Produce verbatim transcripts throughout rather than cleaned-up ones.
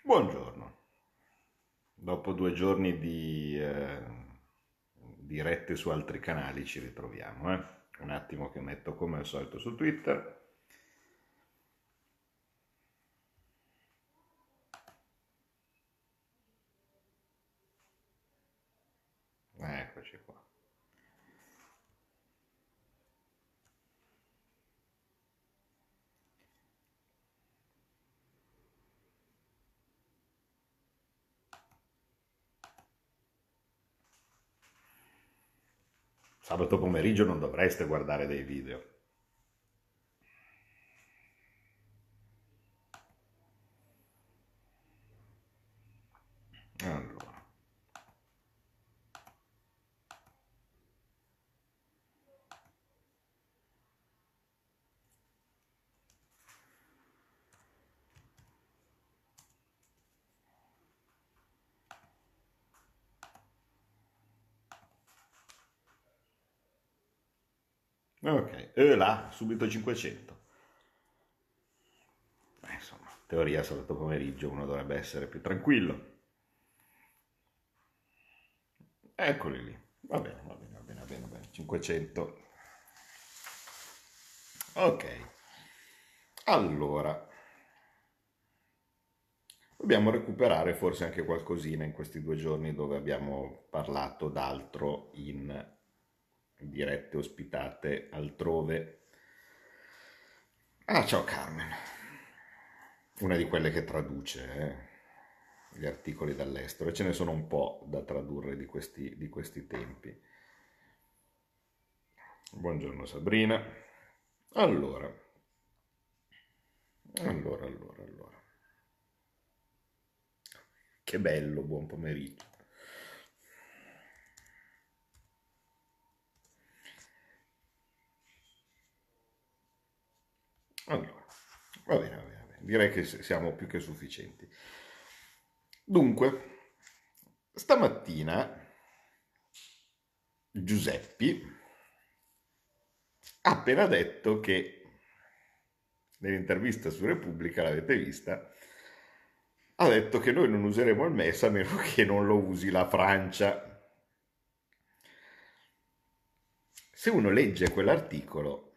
Buongiorno. Dopo due giorni di eh, dirette su altri canali ci ritroviamo. Eh? Un attimo che metto come al solito su Twitter. Eccoci qua. Sabato pomeriggio non dovreste guardare dei video. Allora. Ok, e là, subito cinquecento. Beh, insomma, in teoria sabato pomeriggio uno dovrebbe essere più tranquillo. Eccoli lì. Va bene, va bene, va bene, va bene, va bene. cinquecento. Ok. Allora, dobbiamo recuperare forse anche qualcosina in questi due giorni dove abbiamo parlato d'altro in dirette ospitate altrove. Ah, ciao Carmen, una di quelle che traduce eh, gli articoli dall'estero, e ce ne sono un po' da tradurre di questi, di questi tempi. Buongiorno Sabrina. Allora, allora, allora, allora. Che bello, buon pomeriggio. Allora, va bene, va bene, va bene. Direi che siamo più che sufficienti. Dunque, stamattina Giuseppi ha appena detto che, nell'intervista su Repubblica, l'avete vista, ha detto che noi non useremo il M E S a meno che non lo usi la Francia. Se uno legge quell'articolo,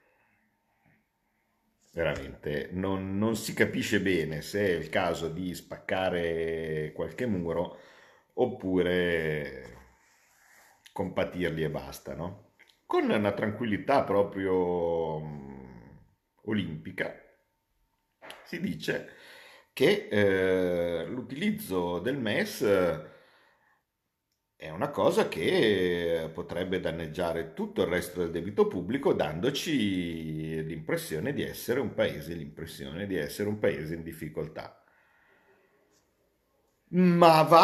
veramente non, non si capisce bene se è il caso di spaccare qualche muro oppure compatirli e basta, no? Con una tranquillità proprio mm, olimpica si dice che eh, l'utilizzo del M E S è una cosa che potrebbe danneggiare tutto il resto del debito pubblico, dandoci l'impressione di essere un paese, l'impressione di essere un paese in difficoltà. Ma va?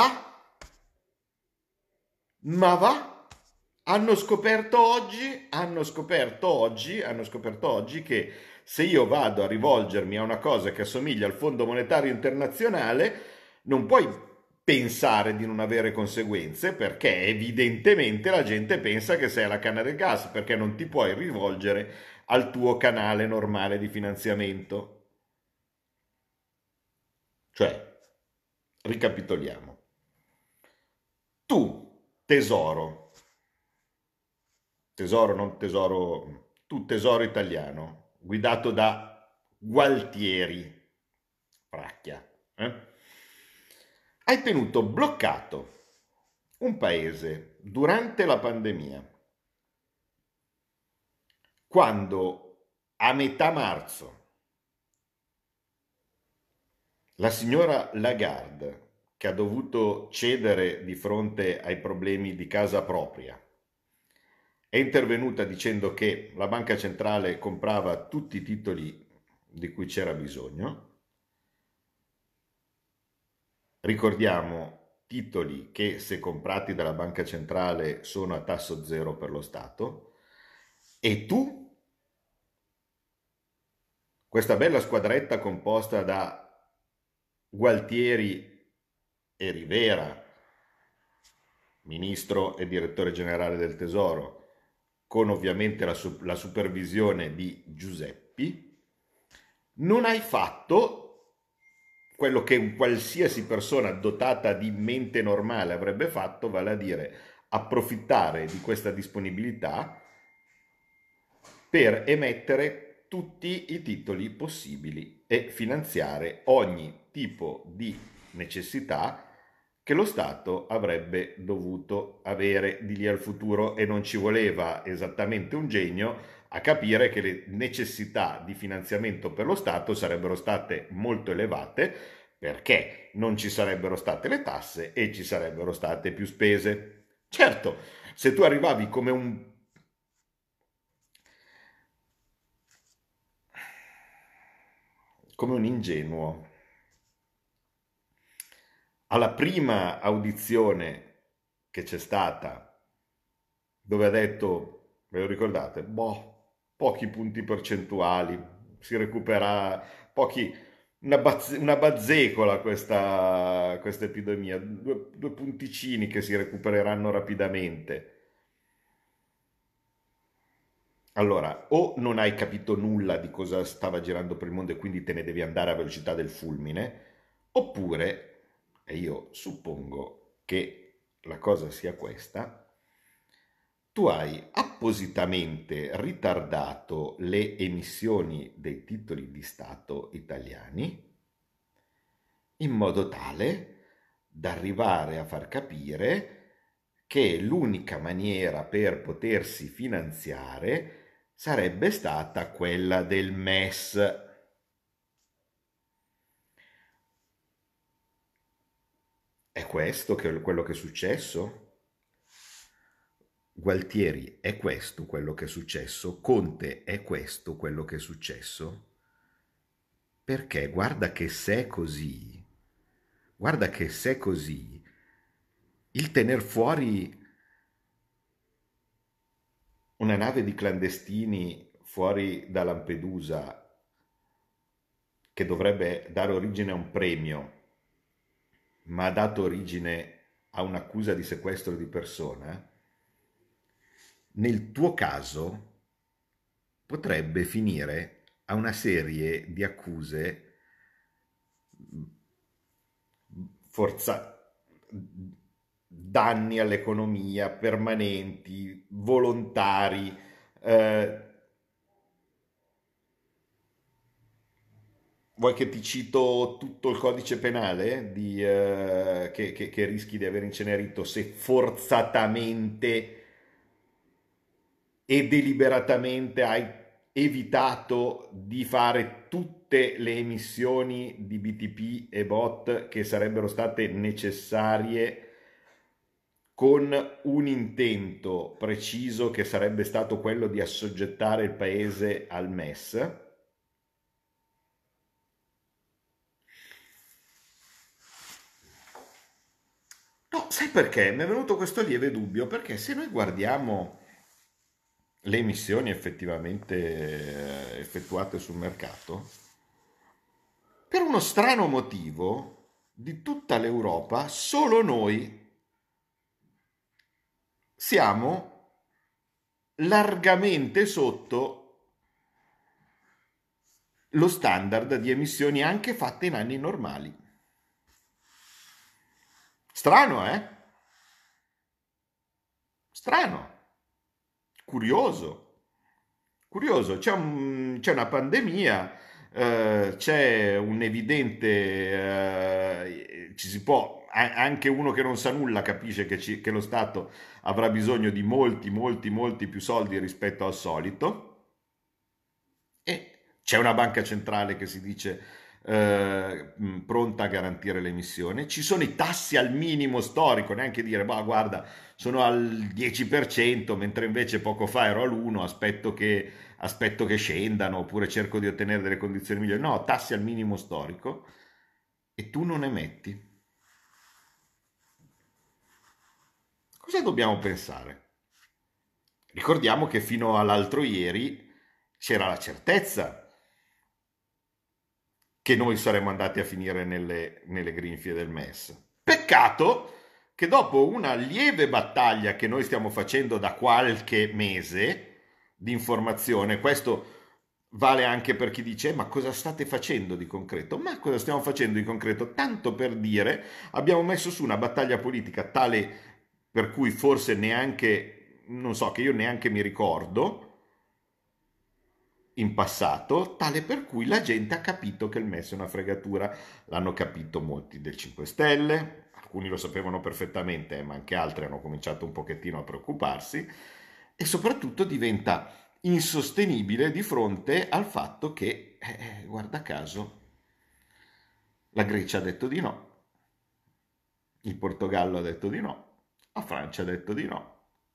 Ma va? Hanno scoperto oggi, hanno scoperto oggi, hanno scoperto oggi che se io vado a rivolgermi a una cosa che assomiglia al Fondo Monetario Internazionale, non puoi pensare di non avere conseguenze perché evidentemente la gente pensa che sei alla canna del gas, perché non ti puoi rivolgere al tuo canale normale di finanziamento. Cioè, ricapitoliamo. Tu, tesoro, tesoro, non tesoro, tu tesoro italiano, guidato da Gualtieri, Fracchia, eh? Hai tenuto bloccato un paese durante la pandemia, quando a metà marzo la signora Lagarde, che ha dovuto cedere di fronte ai problemi di casa propria, è intervenuta dicendo che la banca centrale comprava tutti i titoli di cui c'era bisogno. Ricordiamo titoli che, se comprati dalla banca centrale, sono a tasso zero per lo Stato. E tu, questa bella squadretta composta da Gualtieri e Rivera, ministro e direttore generale del Tesoro, con ovviamente la, su- la supervisione di Giuseppi, non hai fatto quello che un qualsiasi persona dotata di mente normale avrebbe fatto, vale a dire approfittare di questa disponibilità per emettere tutti i titoli possibili e finanziare ogni tipo di necessità che lo Stato avrebbe dovuto avere di lì al futuro, e non ci voleva esattamente un genio a capire che le necessità di finanziamento per lo Stato sarebbero state molto elevate, perché non ci sarebbero state le tasse e ci sarebbero state più spese. Certo, se tu arrivavi come un come un ingenuo alla prima audizione che c'è stata, dove ha detto, ve lo ricordate? Boh, pochi punti percentuali, si recupera pochi, una, bazze- una bazzecola questa, questa epidemia, due, due punticini che si recupereranno rapidamente. Allora, o non hai capito nulla di cosa stava girando per il mondo e quindi te ne devi andare a velocità del fulmine, oppure, e io suppongo che la cosa sia questa, tu hai appositamente ritardato le emissioni dei titoli di Stato italiani in modo tale da arrivare a far capire che l'unica maniera per potersi finanziare sarebbe stata quella del M E S. È questo che, quello che è successo? Gualtieri, è questo quello che è successo? Conte, è questo quello che è successo? Perché guarda che se è così, guarda che se è così, il tener fuori una nave di clandestini fuori da Lampedusa, che dovrebbe dare origine a un premio, ma ha dato origine a un'accusa di sequestro di persona, nel tuo caso potrebbe finire a una serie di accuse forza, danni all'economia permanenti, volontari. eh, Vuoi che ti cito tutto il codice penale di, eh, che, che- che rischi di aver incenerito se forzatamente e deliberatamente hai evitato di fare tutte le emissioni di B T P e B O T che sarebbero state necessarie, con un intento preciso che sarebbe stato quello di assoggettare il paese al M E S? No, sai perché? Mi è venuto questo lieve dubbio, perché se noi guardiamo le emissioni effettivamente eh, effettuate sul mercato, per uno strano motivo, di tutta l'Europa, solo noi siamo largamente sotto lo standard di emissioni anche fatte in anni normali. Strano, eh? Strano, curioso. Curioso, c'è un- c'è una pandemia, eh, c'è un evidente, eh, ci si può, a- anche uno che non sa nulla capisce che, ci- che lo Stato avrà bisogno di molti, molti, molti più soldi rispetto al solito, e c'è una banca centrale che si dice eh, mh, pronta a garantire l'emissione, ci sono i tassi al minimo storico, neanche dire, ma guarda, sono al dieci per cento, mentre invece poco fa ero all'uno, aspetto che, aspetto che scendano, oppure cerco di ottenere delle condizioni migliori. No, tassi al minimo storico e tu non emetti. Cosa dobbiamo pensare? Ricordiamo che fino all'altro ieri c'era la certezza che noi saremmo andati a finire nelle, nelle grinfie del M E S. Peccato che dopo una lieve battaglia che noi stiamo facendo da qualche mese di informazione, questo vale anche per chi dice: "Eh, ma cosa state facendo di concreto?" Ma cosa stiamo facendo di concreto? Tanto per dire, abbiamo messo su una battaglia politica tale per cui forse neanche, non so, che io neanche mi ricordo in passato, tale per cui la gente ha capito che il MES è una fregatura. L'hanno capito molti del cinque Stelle, alcuni lo sapevano perfettamente, ma anche altri hanno cominciato un pochettino a preoccuparsi, e soprattutto diventa insostenibile di fronte al fatto che, eh, guarda caso, la Grecia ha detto di no, il Portogallo ha detto di no, la Francia ha detto di no,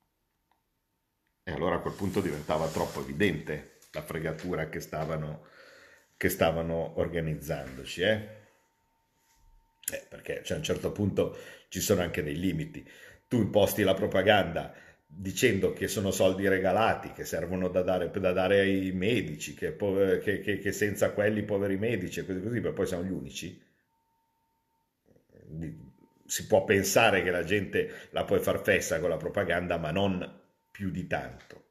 e allora a quel punto diventava troppo evidente la fregatura che stavano, che stavano organizzandoci, eh? Eh, perché cioè, a un certo punto ci sono anche dei limiti. Tu imposti la propaganda dicendo che sono soldi regalati, che servono da dare, da dare ai medici, che, po- che- che- che senza quelli i poveri medici e così così, ma poi siamo gli unici. Di- Si può pensare che la gente la puoi far fessa con la propaganda, ma non più di tanto.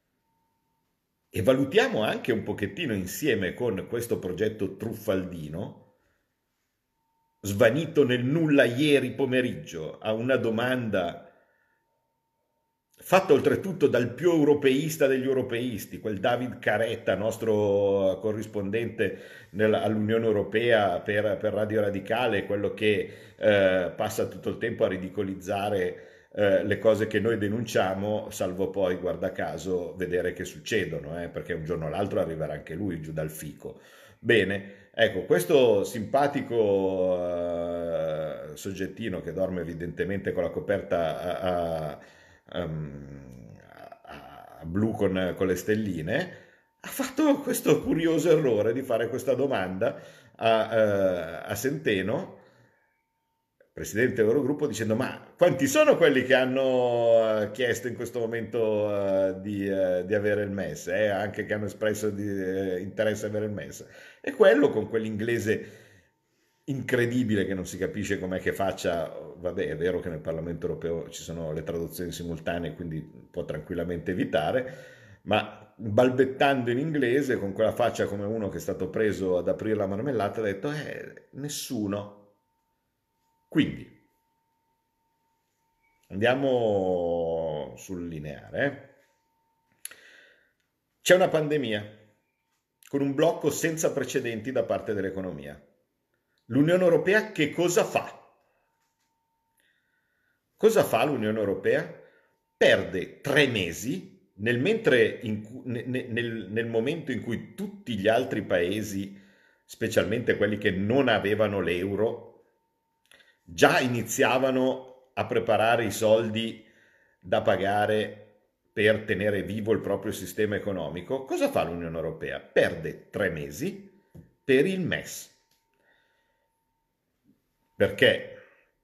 E valutiamo anche un pochettino insieme con questo progetto truffaldino, svanito nel nulla ieri pomeriggio, a una domanda fatta oltretutto dal più europeista degli europeisti, quel David Caretta, nostro corrispondente nel- all'Unione Europea per, per Radio Radicale, quello che eh, passa tutto il tempo a ridicolizzare eh, le cose che noi denunciamo, salvo poi, guarda caso, vedere che succedono, eh, perché un giorno o l'altro arriverà anche lui giù dal fico. Bene, ecco, questo simpatico eh, soggettino che dorme evidentemente con la coperta a, a- ehm, a- a blu con, con le stelline, ha fatto questo curioso errore di fare questa domanda a, eh, a Centeno, presidente dell'Eurogruppo, dicendo: ma quanti sono quelli che hanno eh, chiesto in questo momento eh, di, eh, di avere il MES, eh, anche che hanno espresso di, eh, interesse a avere il MES? E quello con quell'inglese incredibile che non si capisce com'è che faccia. Vabbè, è vero che nel Parlamento europeo ci sono le traduzioni simultanee, quindi può tranquillamente evitare, ma balbettando in inglese con quella faccia come uno che è stato preso ad aprire la marmellata ha detto: eh, nessuno. Quindi andiamo sul lineare. eh. C'è una pandemia con un blocco senza precedenti da parte dell'economia. L'Unione Europea che cosa fa? Cosa fa l'Unione Europea? Perde tre mesi nel, mentre in cu- ne- ne- nel, nel momento in cui tutti gli altri paesi, specialmente quelli che non avevano l'euro, già iniziavano a preparare i soldi da pagare per tenere vivo il proprio sistema economico. Cosa fa l'Unione Europea? Perde tre mesi per il MES. Perché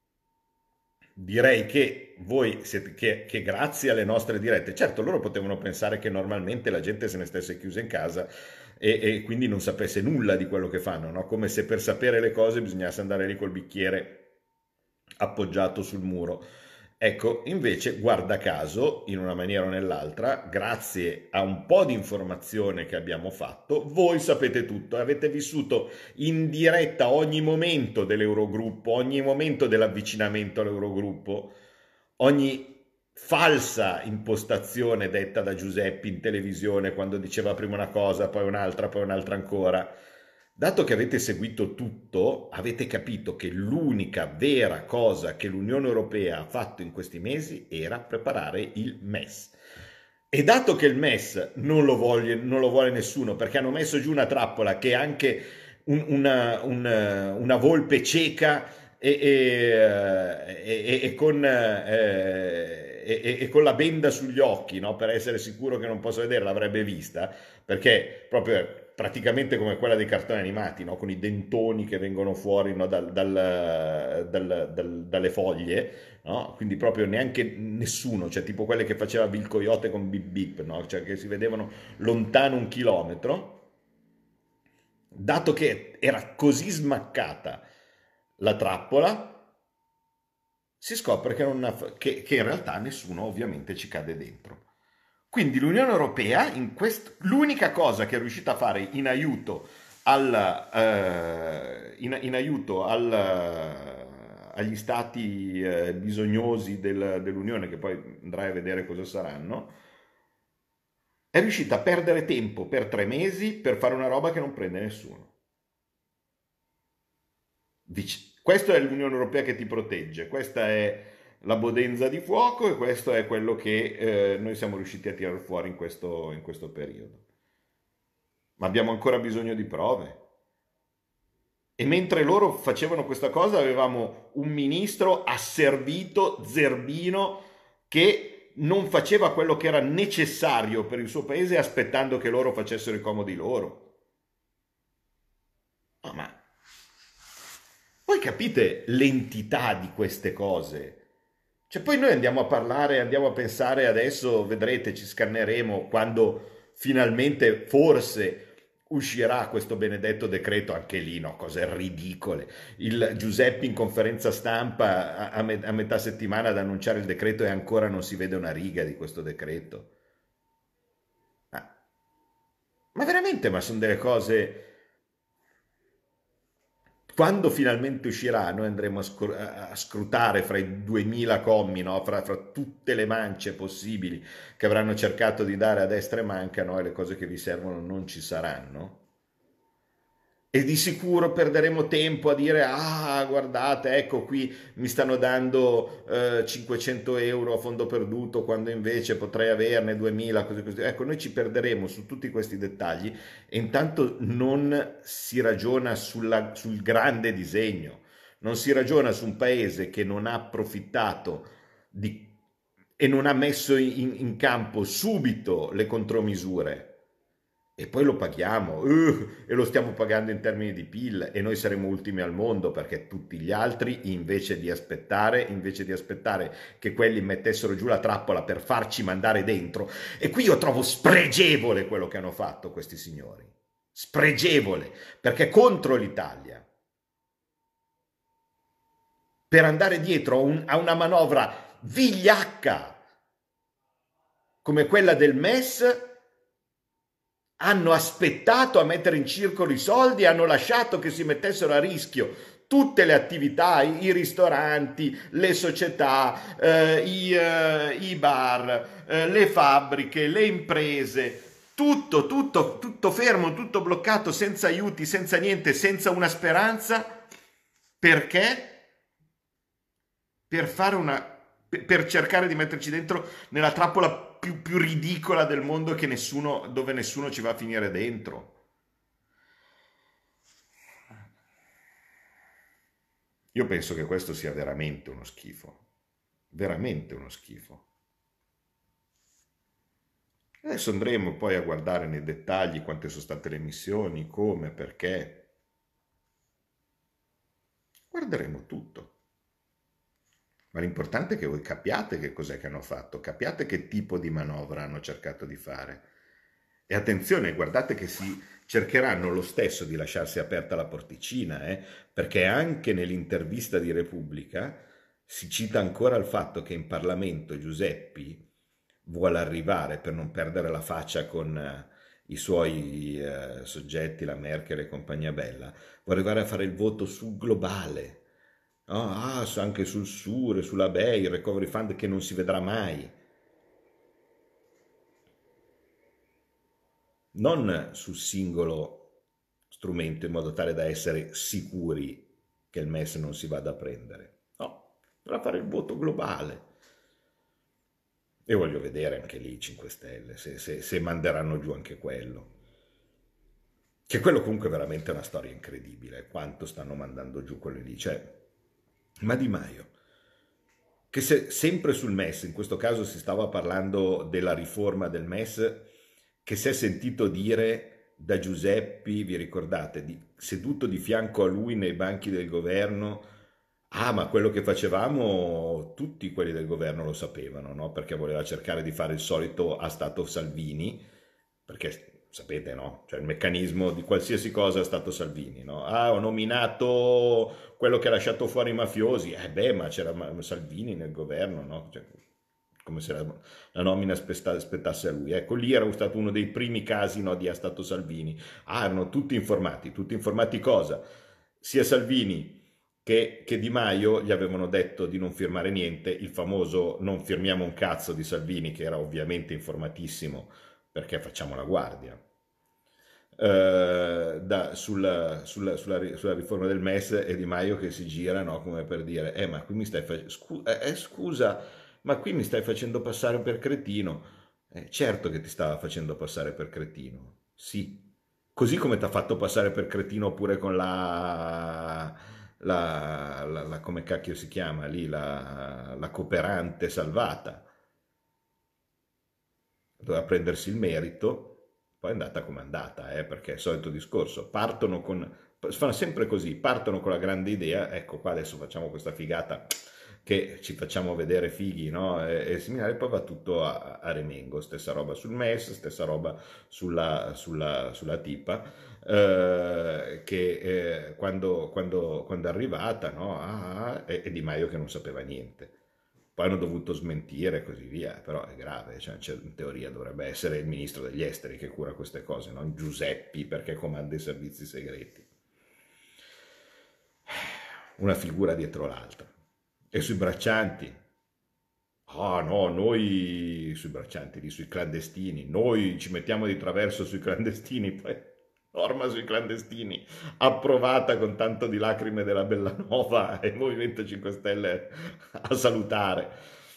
direi che voi siete, che, che grazie alle nostre dirette, certo loro potevano pensare che normalmente la gente se ne stesse chiusa in casa e, e quindi non sapesse nulla di quello che fanno, no? Come se per sapere le cose bisognasse andare lì col bicchiere appoggiato sul muro. Ecco, invece, guarda caso, in una maniera o nell'altra, grazie a un po' di informazione che abbiamo fatto, voi sapete tutto, avete vissuto in diretta ogni momento dell'Eurogruppo, ogni momento dell'avvicinamento all'Eurogruppo, ogni falsa impostazione detta da Giuseppe in televisione quando diceva prima una cosa, poi un'altra, poi un'altra ancora. Dato che avete seguito tutto, avete capito che l'unica vera cosa che l'Unione Europea ha fatto in questi mesi era preparare il MES. E dato che il MES non lo vuole, non lo vuole nessuno, perché hanno messo giù una trappola che è anche un- una, una- una volpe cieca e, e- e- e con, eh, e- e con la benda sugli occhi, no? Per essere sicuro che non posso vedere, l'avrebbe vista, perché proprio praticamente come quella dei cartoni animati, no? Con i dentoni che vengono fuori, no? dal- dal- dal- dal- dalle foglie, no? Quindi proprio neanche nessuno, cioè tipo quelle che faceva Bill Coyote con Bip Bip, no? Cioè che si vedevano lontano un chilometro. Dato che era così smaccata la trappola, si scopre che, non ha- che- che in realtà nessuno ovviamente ci cade dentro. Quindi l'Unione Europea, in quest- l'unica cosa che è riuscita a fare in aiuto, al, eh, in, in aiuto al, eh, agli stati eh, bisognosi del- dell'Unione, che poi andrai a vedere cosa saranno, è riuscita a perdere tempo per tre mesi per fare una roba che non prende nessuno. Dici, questa è l'Unione Europea che ti protegge, questa è la bodenza di fuoco e questo è quello che eh, noi siamo riusciti a tirare fuori in questo, in questo periodo. Ma abbiamo ancora bisogno di prove. E mentre loro facevano questa cosa avevamo un ministro asservito, zerbino, che non faceva quello che era necessario per il suo paese aspettando che loro facessero i comodi loro. No, ma voi capite l'entità di queste cose? Cioè, poi noi andiamo a parlare, andiamo a pensare adesso, vedrete, ci scanneremo quando finalmente forse uscirà questo benedetto decreto, anche lì, no, cose ridicole. Il Giuseppe in conferenza stampa a, a me- a metà settimana ad annunciare il decreto e ancora non si vede una riga di questo decreto. Ma, ma veramente, ma sono delle cose. Quando finalmente uscirà, noi andremo a, scru- a scrutare fra i duemila commi, no? fra, fra tutte le mance possibili che avranno cercato di dare a destra e manca, no? E le cose che vi servono non ci saranno. E di sicuro perderemo tempo a dire, ah, guardate, ecco qui mi stanno dando eh, cinquecento euro a fondo perduto, quando invece potrei averne duemila, così così. Ecco, noi ci perderemo su tutti questi dettagli e intanto non si ragiona sulla- sul grande disegno, non si ragiona su un paese che non ha approfittato di- e non ha messo in, in campo subito le contromisure. E poi lo paghiamo, uh, e lo stiamo pagando in termini di P I L e noi saremo ultimi al mondo perché tutti gli altri, invece di aspettare, invece di aspettare che quelli mettessero giù la trappola per farci mandare dentro, e qui io trovo spregevole quello che hanno fatto questi signori, spregevole, perché contro l'Italia, per andare dietro a, un- a una manovra vigliacca come quella del M E S, hanno aspettato a mettere in circolo i soldi, hanno lasciato che si mettessero a rischio tutte le attività, i, i ristoranti, le società, eh, i, eh, i bar, eh, le fabbriche, le imprese, tutto, tutto, tutto fermo, tutto bloccato, senza aiuti, senza niente, senza una speranza. Perché? Per fare una, per per cercare di metterci dentro nella trappola più, più ridicola del mondo che nessuno, dove nessuno ci va a finire dentro. Io penso che questo sia veramente uno schifo, veramente uno schifo. Adesso andremo poi a guardare nei dettagli quante sono state le missioni, come, perché. Guarderemo tutto. Ma l'importante è che voi capiate che cos'è che hanno fatto, capiate che tipo di manovra hanno cercato di fare. E attenzione, guardate che si cercheranno lo stesso di lasciarsi aperta la porticina, eh, perché anche nell'intervista di Repubblica si cita ancora il fatto che in Parlamento Giuseppi vuole arrivare, per non perdere la faccia con eh, i suoi eh, soggetti, la Merkel e compagnia bella, vuole arrivare a fare il voto sul globale. Ah, ah, anche sul SURE, sulla B E I, il Recovery Fund che non si vedrà mai. Non sul singolo strumento in modo tale da essere sicuri che il M E S non si vada a prendere. No, dovrà fare il voto globale. E voglio vedere anche lì i cinque Stelle, se, se, se manderanno giù anche quello. Che quello comunque è veramente una storia incredibile, quanto stanno mandando giù quelli lì. Cioè, ma Di Maio, che se, sempre sul M E S, in questo caso si stava parlando della riforma del M E S, che si è sentito dire da Giuseppi, vi ricordate, di, seduto di fianco a lui nei banchi del governo, ah, ma quello che facevamo tutti quelli del governo lo sapevano, no? Perché voleva cercare di fare il solito a stato Salvini, perché sapete, no? Cioè il meccanismo di qualsiasi cosa è stato Salvini, no? Ah, ho nominato quello che ha lasciato fuori i mafiosi, eh beh, ma c'era Salvini nel governo, no? Cioè, come se la, la nomina spetta- spettasse a lui. Ecco, lì era stato uno dei primi casi, no, di "Ah, stato Salvini". Ah, erano tutti informati, tutti informati cosa? Sia Salvini che, che Di Maio gli avevano detto di non firmare niente, il famoso "non firmiamo un cazzo" di Salvini, che era ovviamente informatissimo, perché facciamo la guardia. Eh, da- sulla, sulla- sulla ri- sulla riforma del M E S, e Di Maio che si gira, no, come per dire, eh, ma qui mi stai fac- scu- eh, eh, scusa, ma qui mi stai facendo passare per cretino. Eh, certo che ti stava facendo passare per cretino, sì. Così come ti ha fatto passare per cretino pure con la, la, la- la- come cacchio si chiama lì, la, la cooperante salvata. Doveva prendersi il merito, poi è andata come è andata, eh, perché è il solito discorso, partono con, fanno sempre così, partono con la grande idea, ecco qua adesso facciamo questa figata che ci facciamo vedere fighi, no? E, e similare, poi va tutto a, a remengo, stessa roba sul M E S, stessa roba sulla, sulla, sulla tipa, eh, che eh, quando, quando, quando è arrivata, no? Ah, ah, e, e Di Maio che non sapeva niente. Poi hanno dovuto smentire e così via, però è grave, cioè, cioè, in teoria dovrebbe essere il ministro degli esteri che cura queste cose, non Giuseppi perché comanda i servizi segreti. Una figura dietro l'altra. E sui braccianti? Ah no, noi sui braccianti, lì, sui clandestini, noi ci mettiamo di traverso sui clandestini, poi norma sui clandestini, approvata con tanto di lacrime della Bellanova e il Movimento cinque Stelle a salutare.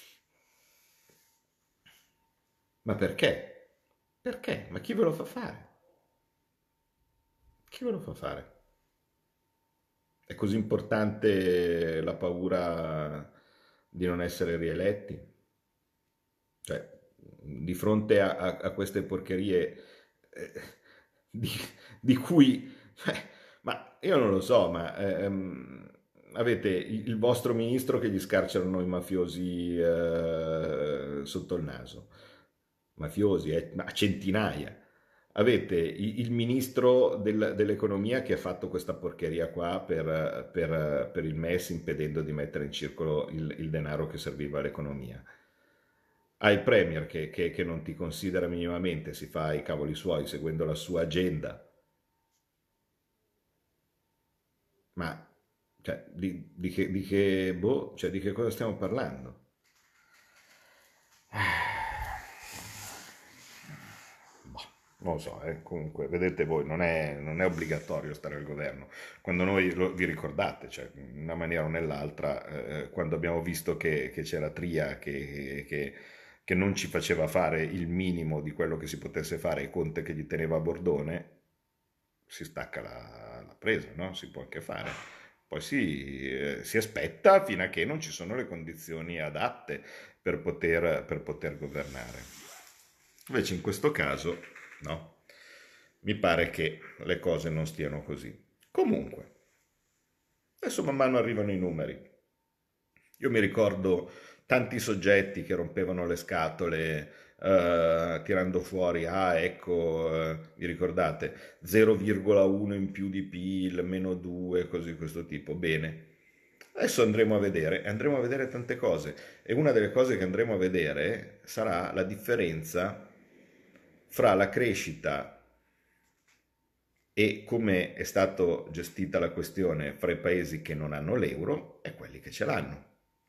Ma perché? Perché? Ma chi ve lo fa fare? Chi ve lo fa fare? È così importante la paura di non essere rieletti? Cioè, di fronte a, a- a queste porcherie eh, di, di cui... cioè, ma io non lo so, ma ehm, avete il, il vostro ministro che gli scarcerano i mafiosi eh, sotto il naso. Mafiosi, eh, ma a centinaia. Avete i- il ministro del- dell'economia che ha fatto questa porcheria qua per, per- per il M E S, impedendo di mettere in circolo il, il denaro che serviva all'economia. Hai il Premier che, che- che non ti considera minimamente, si fa i cavoli suoi seguendo la sua agenda, ma cioè, di, di che, di che- boh, cioè, di che cosa stiamo parlando? Boh, non lo so, eh, comunque, vedete voi, non è, non è obbligatorio stare al governo. Quando noi, lo- vi ricordate, cioè, in una maniera o nell'altra, eh, quando abbiamo visto che, che c'era Tria che, che- che non ci faceva fare il minimo di quello che si potesse fare e Conte che gli teneva a bordone, si stacca la, la presa, no? Si può anche fare. Poi si, eh, si aspetta fino a che non ci sono le condizioni adatte per poter, per poter governare. Invece in questo caso, no, mi pare che le cose non stiano così. Comunque, adesso man mano arrivano i numeri. Io mi ricordo tanti soggetti che rompevano le scatole eh, tirando fuori, ah ecco, eh, vi ricordate, zero virgola uno in più di P I L, meno due, così questo tipo. Bene. Adesso andremo a vedere, andremo a vedere tante cose e una delle cose che andremo a vedere sarà la differenza fra la crescita e come è stata gestita la questione fra i paesi che non hanno l'euro e quelli che ce l'hanno.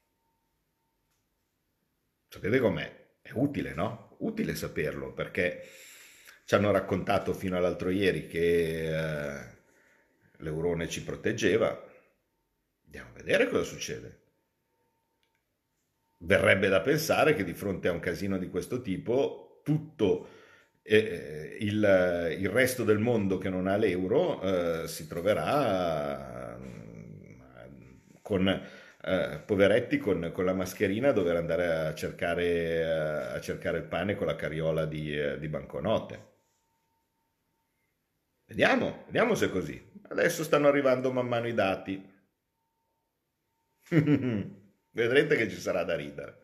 Sapete com'è? È utile, no? Utile saperlo perché ci hanno raccontato fino all'altro ieri che eh, l'eurone ci proteggeva. Andiamo a vedere cosa succede. Verrebbe da pensare che di fronte a un casino di questo tipo tutto eh, il, il resto del mondo che non ha l'euro eh, si troverà mm, con eh, poveretti con, con la mascherina a dover andare a cercare, eh, a cercare il pane con la carriola di, eh, di banconote. Vediamo, vediamo se è così. Adesso stanno arrivando man mano i dati. Vedrete che ci sarà da ridere.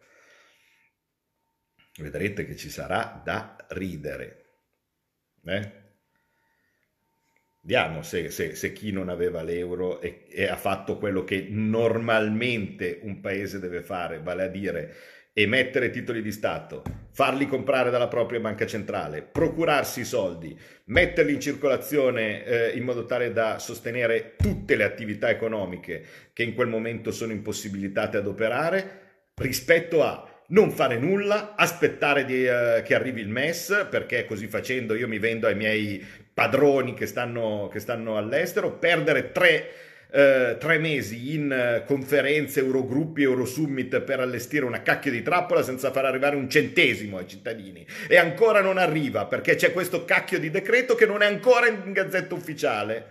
Vedrete che ci sarà da ridere. Eh? Vediamo se, se- se chi non aveva l'euro e, e ha fatto quello che normalmente un paese deve fare, vale a dire emettere titoli di Stato, farli comprare dalla propria banca centrale, procurarsi i soldi, metterli in circolazione eh, in modo tale da sostenere tutte le attività economiche che in quel momento sono impossibilitate ad operare, rispetto a non fare nulla, aspettare di, eh, che arrivi il M E S, perché così facendo io mi vendo ai miei padroni che stanno, che stanno all'estero, perdere tre, eh, tre mesi in eh, conferenze, Eurogruppi, Eurosummit per allestire una cacchio di trappola senza far arrivare un centesimo ai cittadini. E ancora non arriva, perché c'è questo cacchio di decreto che non è ancora in Gazzetta Ufficiale.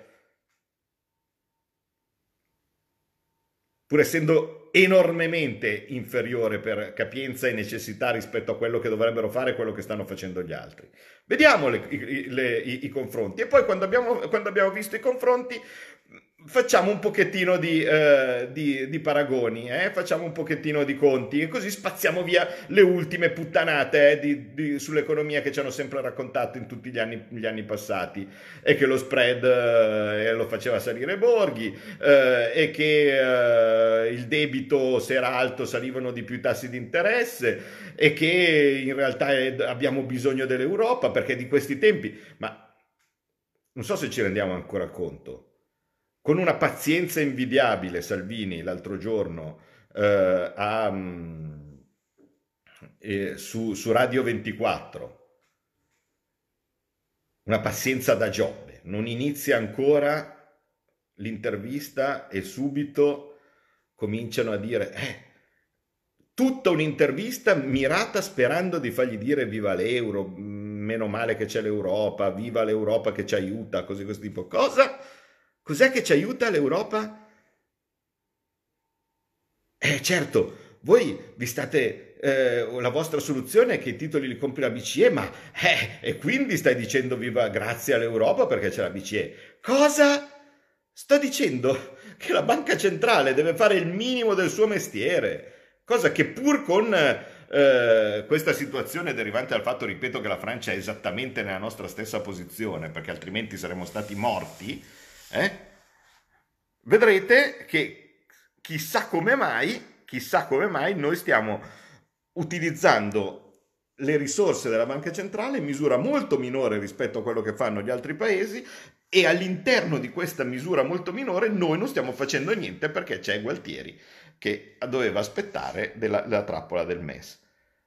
Pur essendo enormemente inferiore per capienza e necessità rispetto a quello che dovrebbero fare e quello che stanno facendo gli altri. Vediamo le, i, le, i, i confronti e poi quando abbiamo, quando abbiamo visto i confronti facciamo un pochettino di, eh, di, di paragoni, eh? Facciamo un pochettino di conti e così spazziamo via le ultime puttanate eh, di, di, sull'economia che ci hanno sempre raccontato in tutti gli anni, gli anni passati, e che lo spread eh, lo faceva salire Borghi eh, e che eh, il debito, se era alto, salivano di più i tassi di interesse, e che in realtà è, abbiamo bisogno dell'Europa perché di questi tempi, ma non so se ci rendiamo ancora conto. Con una pazienza invidiabile, Salvini l'altro giorno eh, a, mm, eh, su, su Radio ventiquattro, una pazienza da Giobbe, non inizia ancora l'intervista e subito cominciano a dire eh, tutta un'intervista mirata sperando di fargli dire viva l'euro, meno male che c'è l'Europa, viva l'Europa che ci aiuta, così questo tipo. Cosa? Cos'è che ci aiuta l'Europa? Eh certo, voi vi state, eh, la vostra soluzione è che i titoli li compri la B C E, ma eh, e quindi stai dicendo viva grazie all'Europa perché c'è la B C E. Cosa? Sto dicendo che la banca centrale deve fare il minimo del suo mestiere, cosa che pur con eh, questa situazione derivante dal fatto, ripeto, che la Francia è esattamente nella nostra stessa posizione, perché altrimenti saremmo stati morti, eh? Vedrete che chissà come mai, chissà come mai noi stiamo utilizzando le risorse della banca centrale in misura molto minore rispetto a quello che fanno gli altri paesi, e all'interno di questa misura molto minore noi non stiamo facendo niente perché c'è Gualtieri che doveva aspettare della, della trappola del M E S.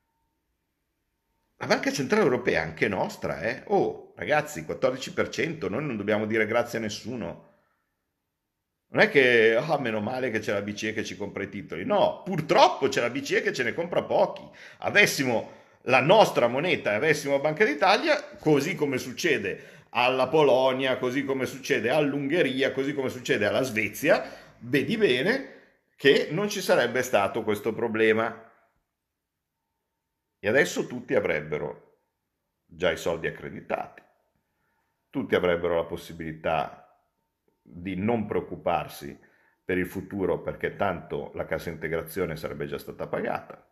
La Banca Centrale Europea è anche nostra, eh? Oh, ragazzi, quattordici per cento, noi non dobbiamo dire grazie a nessuno. Non è che, ah, oh, meno male che c'è la B C E che ci compra i titoli. No, purtroppo c'è la B C E che ce ne compra pochi. Avessimo la nostra moneta e avessimo Banca d'Italia, così come succede alla Polonia, così come succede all'Ungheria, così come succede alla Svezia, vedi bene che non ci sarebbe stato questo problema. E adesso tutti avrebbero già i soldi accreditati, tutti avrebbero la possibilità di non preoccuparsi per il futuro perché tanto la cassa integrazione sarebbe già stata pagata,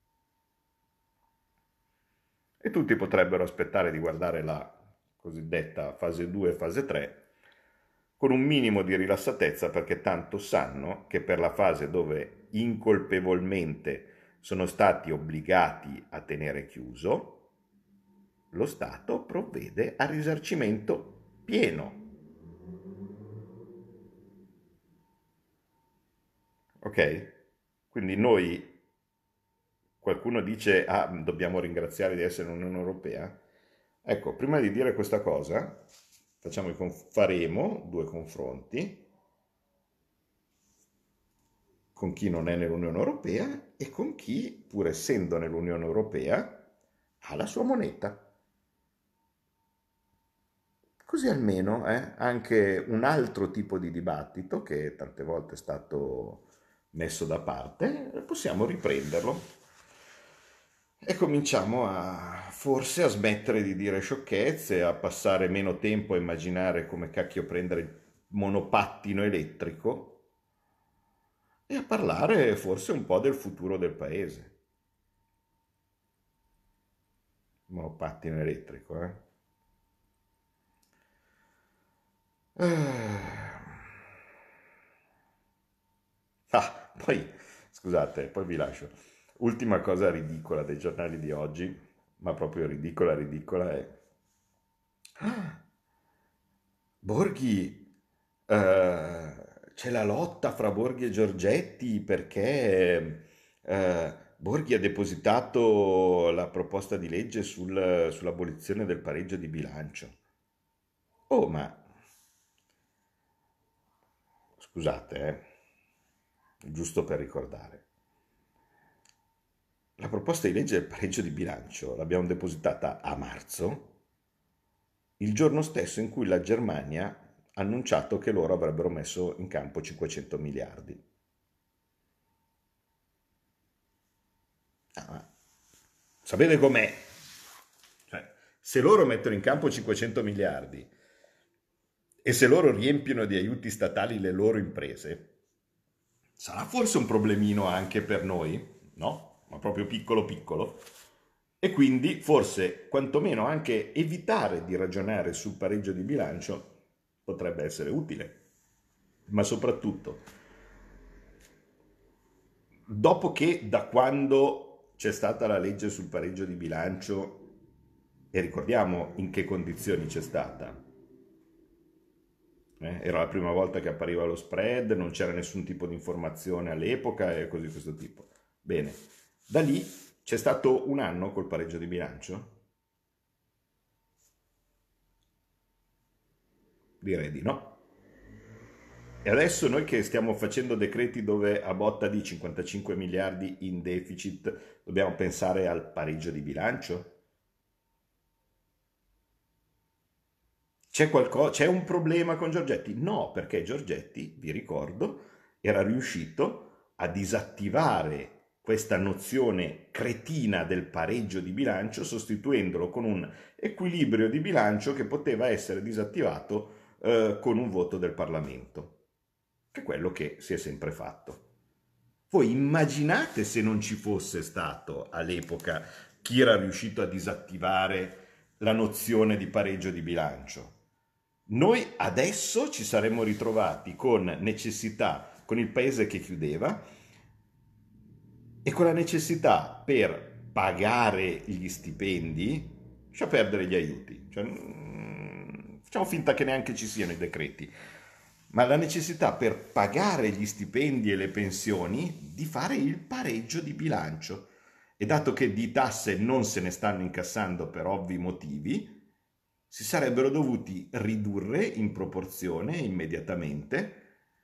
e tutti potrebbero aspettare di guardare la cosiddetta fase due e fase tre con un minimo di rilassatezza, perché tanto sanno che per la fase dove incolpevolmente sono stati obbligati a tenere chiuso, lo Stato provvede al risarcimento pieno. Ok? Quindi noi, qualcuno dice, ah, dobbiamo ringraziare di essere l'Unione Europea. Ecco, prima di dire questa cosa, facciamo i conf- faremo due confronti con chi non è nell'Unione Europea e con chi, pur essendo nell'Unione Europea, ha la sua moneta. Così almeno eh, anche un altro tipo di dibattito che tante volte è stato messo da parte, possiamo riprenderlo e cominciamo a forse a smettere di dire sciocchezze, a passare meno tempo a immaginare come cacchio prendere il monopattino elettrico e a parlare forse un po' del futuro del paese. Monopattino elettrico, eh? Ah, poi, scusate, poi vi lascio. Ultima cosa ridicola dei giornali di oggi, ma proprio ridicola, ridicola è... "Ah, Borghi, eh, c'è la lotta fra Borghi e Giorgetti perché eh, Borghi ha depositato la proposta di legge sul- sull'abolizione del pareggio di bilancio. Oh, ma scusate, eh, giusto per ricordare. La proposta di legge del pareggio di bilancio l'abbiamo depositata a marzo, il giorno stesso in cui la Germania ha annunciato che loro avrebbero messo in campo cinquecento miliardi. Ah, ma sapete com'è? Cioè, se loro mettono in campo cinquecento miliardi e se loro riempiono di aiuti statali le loro imprese, sarà forse un problemino anche per noi? No? Ma proprio piccolo piccolo. E quindi forse quantomeno anche evitare di ragionare sul pareggio di bilancio potrebbe essere utile. Ma soprattutto, dopo che da quando c'è stata la legge sul pareggio di bilancio, e ricordiamo in che condizioni c'è stata, eh, era la prima volta che appariva lo spread, non c'era nessun tipo di informazione all'epoca e così di questo tipo. Bene, da lì c'è stato un anno col pareggio di bilancio? Direi di no. E adesso noi che stiamo facendo decreti dove a botta di cinquantacinque miliardi in deficit dobbiamo pensare al pareggio di bilancio? C'è qualco- c'è un problema con Giorgetti? No, perché Giorgetti, vi ricordo, era riuscito a disattivare questa nozione cretina del pareggio di bilancio sostituendolo con un equilibrio di bilancio che poteva essere disattivato eh, con un voto del Parlamento, che è quello che si è sempre fatto. Voi immaginate se non ci fosse stato all'epoca chi era riuscito a disattivare la nozione di pareggio di bilancio? Noi adesso ci saremmo ritrovati con necessità, con il paese che chiudeva e con la necessità per pagare gli stipendi, lascia perdere gli aiuti, cioè, mm, facciamo finta che neanche ci siano i decreti, ma la necessità per pagare gli stipendi e le pensioni di fare il pareggio di bilancio. E dato che di tasse non se ne stanno incassando per ovvi motivi, si sarebbero dovuti ridurre in proporzione immediatamente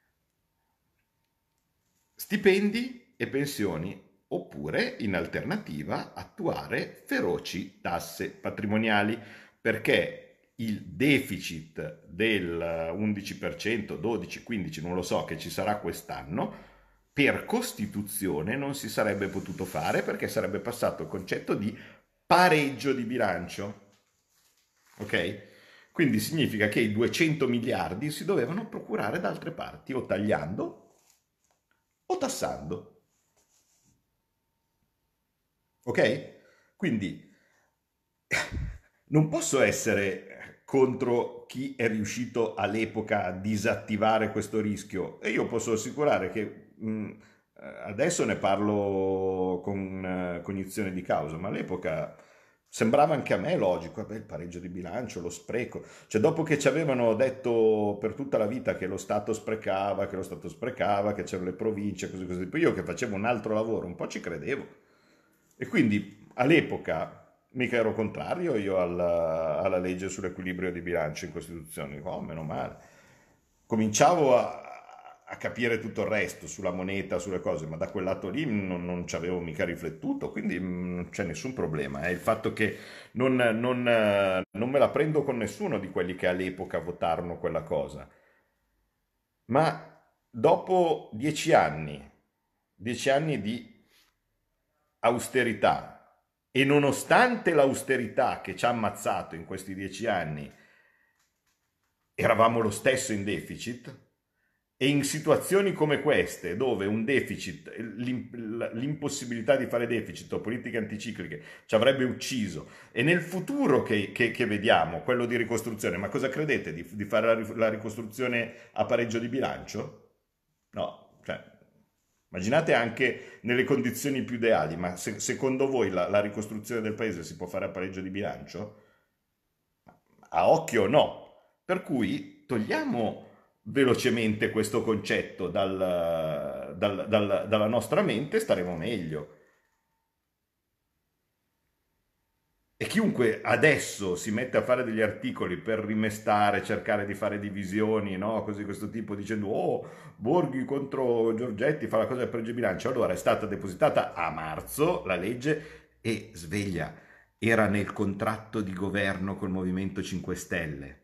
stipendi e pensioni, oppure in alternativa attuare feroci tasse patrimoniali, perché il deficit del undici per cento, dodici, quindici, non lo so, che ci sarà quest'anno, per Costituzione non si sarebbe potuto fare perché sarebbe passato il concetto di pareggio di bilancio. Ok? Quindi significa che i duecento miliardi si dovevano procurare da altre parti, o tagliando o tassando. Ok? Quindi non posso essere contro chi è riuscito all'epoca a disattivare questo rischio e io posso assicurare che mh, adesso ne parlo con eh, cognizione di causa, ma all'epoca sembrava anche a me logico, beh, il pareggio di bilancio, lo spreco, cioè dopo che ci avevano detto per tutta la vita che lo Stato sprecava, che lo Stato sprecava, che c'erano le province, così così, poi io che facevo un altro lavoro, un po' ci credevo. E quindi all'epoca mica ero contrario io alla, alla legge sull'equilibrio di bilancio in Costituzione, dico, oh, meno male. Cominciavo a, a capire tutto il resto sulla moneta, sulle cose, ma da quel lato lì non, non ci avevo mica riflettuto, quindi mm, non c'è nessun problema. È il fatto che non, non, eh, non me la prendo con nessuno di quelli che all'epoca votarono quella cosa. Ma dopo dieci anni, dieci anni di austerità, e nonostante l'austerità che ci ha ammazzato in questi dieci anni, eravamo lo stesso in deficit, e in situazioni come queste, dove un deficit, l'impossibilità di fare deficit o politiche anticicliche ci avrebbe ucciso, e nel futuro che, che, che vediamo, quello di ricostruzione, ma cosa credete di, di fare la, la ricostruzione a pareggio di bilancio? No, cioè, Immaginate anche nelle condizioni più ideali, ma se- secondo voi la, la ricostruzione del paese si può fare a pareggio di bilancio? A occhio no. Per cui togliamo velocemente questo concetto dal- dal- dal- dalla nostra mente e staremo meglio. E chiunque adesso si mette a fare degli articoli per rimestare, cercare di fare divisioni, no? Così questo tipo dicendo, oh, Borghi contro Giorgetti fa la cosa del pareggio di bilancio. Allora è stata depositata a marzo la legge e sveglia, era nel contratto di governo col Movimento cinque Stelle.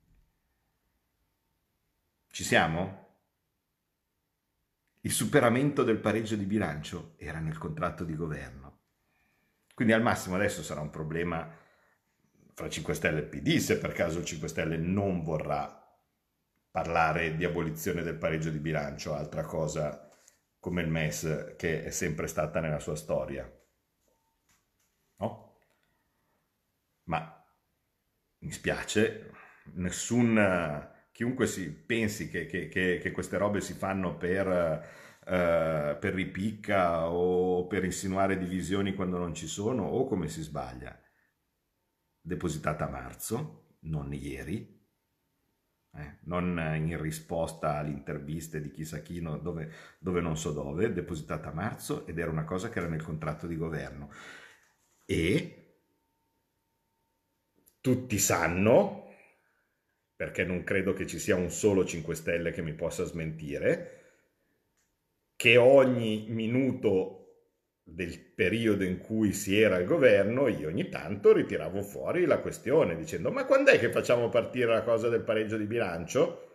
Ci siamo? Il superamento del pareggio di bilancio era nel contratto di governo. Quindi al massimo adesso sarà un problema fra cinque Stelle e P D, se per caso il cinque Stelle non vorrà parlare di abolizione del pareggio di bilancio, altra cosa come il M E S che è sempre stata nella sua storia. No? Ma mi spiace, nessun, chiunque si pensi che, che- che- che queste robe si fanno per, eh, per ripicca o per insinuare divisioni quando non ci sono, o come si sbaglia. Depositata a marzo, non ieri, eh, non in risposta alle interviste di chissà chi, no, dove, dove non so dove, depositata a marzo ed era una cosa che era nel contratto di governo. E tutti sanno, perché non credo che ci sia un solo cinque Stelle che mi possa smentire, che ogni minuto del periodo in cui si era al governo, io ogni tanto ritiravo fuori la questione dicendo ma quando è che facciamo partire la cosa del pareggio di bilancio?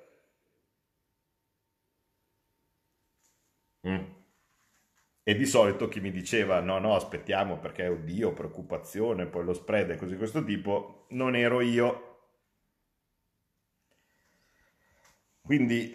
Mm. E di solito chi mi diceva no, no, aspettiamo perché oddio, preoccupazione, poi lo spread e così di questo tipo, non ero io. Quindi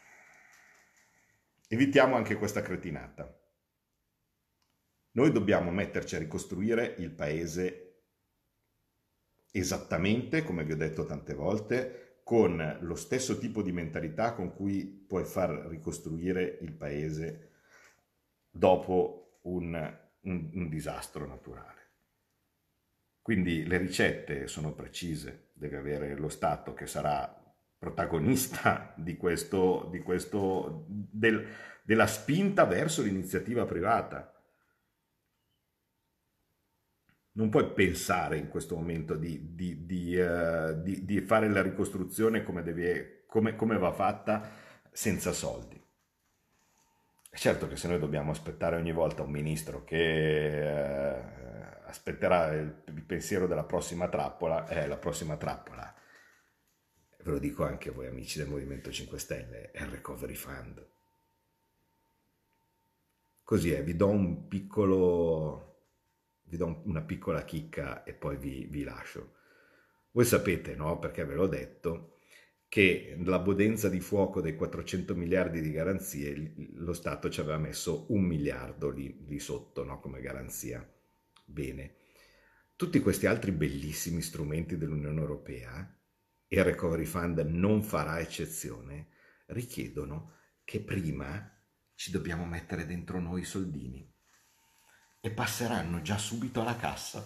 evitiamo anche questa cretinata. Noi dobbiamo metterci a ricostruire il paese esattamente, come vi ho detto tante volte, con lo stesso tipo di mentalità con cui puoi far ricostruire il paese dopo un, un, un disastro naturale. Quindi le ricette sono precise, deve avere lo Stato che sarà protagonista di questo, di questo del, della spinta verso l'iniziativa privata. Non puoi pensare in questo momento di, di- di, eh, di- di fare la ricostruzione come, devi- come- come va fatta senza soldi. È certo che se noi dobbiamo aspettare ogni volta un ministro che eh, aspetterà il, il pensiero della prossima trappola, è la prossima trappola, ve lo dico anche a voi amici del Movimento cinque Stelle, è il Recovery Fund. Così è, vi do un piccolo, vi do un- una piccola chicca e poi vi, vi lascio. Voi sapete, no? Perché ve l'ho detto, che la bodenza di fuoco dei quattrocento miliardi di garanzie, l- lo Stato ci aveva messo un miliardo lì, lì sotto, no? Come garanzia. Bene. Tutti questi altri bellissimi strumenti dell'Unione Europea, e il Recovery Fund non farà eccezione, richiedono che prima ci dobbiamo mettere dentro noi i soldini e passeranno già subito alla cassa.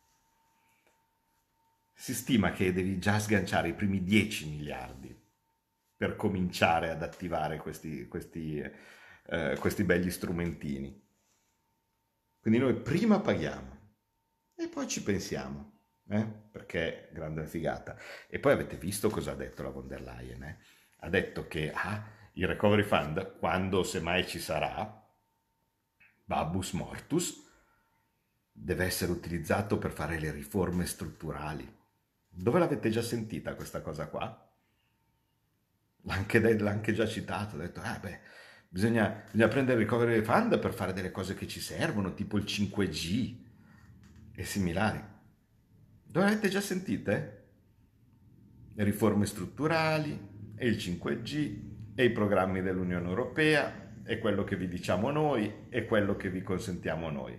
Si stima che devi già sganciare i primi dieci miliardi per cominciare ad attivare questi, questi, eh, questi begli strumentini. Quindi noi prima paghiamo e poi ci pensiamo, eh? Perché grande figata. E poi avete visto cosa ha detto la von der Leyen, eh? Ha detto che ah, il recovery fund, quando semmai ci sarà, babus mortus, deve essere utilizzato per fare le riforme strutturali. Dove l'avete già sentita questa cosa qua? L'ha anche, de- l'ha anche già citato, ha detto, ah beh, bisogna, bisogna prendere il recovery fund per fare delle cose che ci servono, tipo il cinque G e similari. Dove l'avete già sentite? Le riforme strutturali, e il cinque G, e i programmi dell'Unione Europea, e quello che vi diciamo noi, e quello che vi consentiamo noi.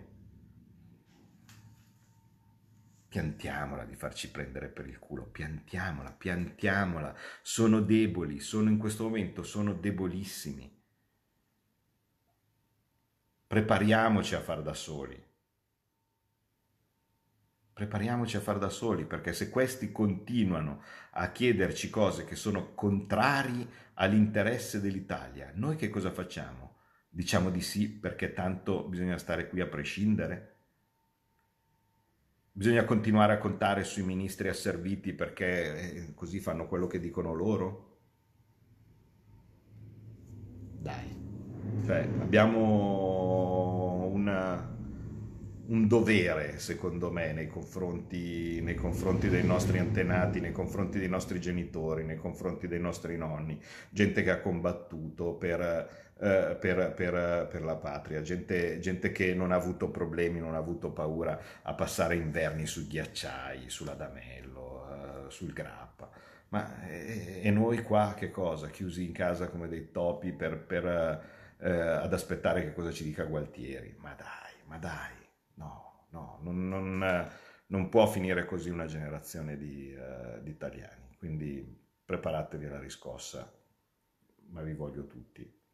Piantiamola di farci prendere per il culo, piantiamola, piantiamola. Sono deboli, sono in questo momento, sono debolissimi. Prepariamoci a far da soli. Prepariamoci a far da soli, perché se questi continuano a chiederci cose che sono contrari all'interesse dell'Italia, noi che cosa facciamo? Diciamo di sì perché tanto bisogna stare qui a prescindere? Bisogna continuare a contare sui ministri asserviti perché eh, così fanno quello che dicono loro? Dai. Cioè, abbiamo una- un dovere, secondo me, nei confronti, nei confronti dei nostri antenati, nei confronti dei nostri genitori, nei confronti dei nostri nonni, gente che ha combattuto per, eh, per- per- per la patria, gente, gente che non ha avuto problemi, non ha avuto paura a passare inverni sui ghiacciai, sull'Adamello, eh, sul Grappa. Ma e, e noi qua che cosa? Chiusi in casa come dei topi per, per, eh, ad aspettare che cosa ci dica Gualtieri? Ma dai, ma dai, no, no, non, non, eh, non può finire così una generazione di, eh, di italiani. Quindi preparatevi alla riscossa, ma vi voglio tutti.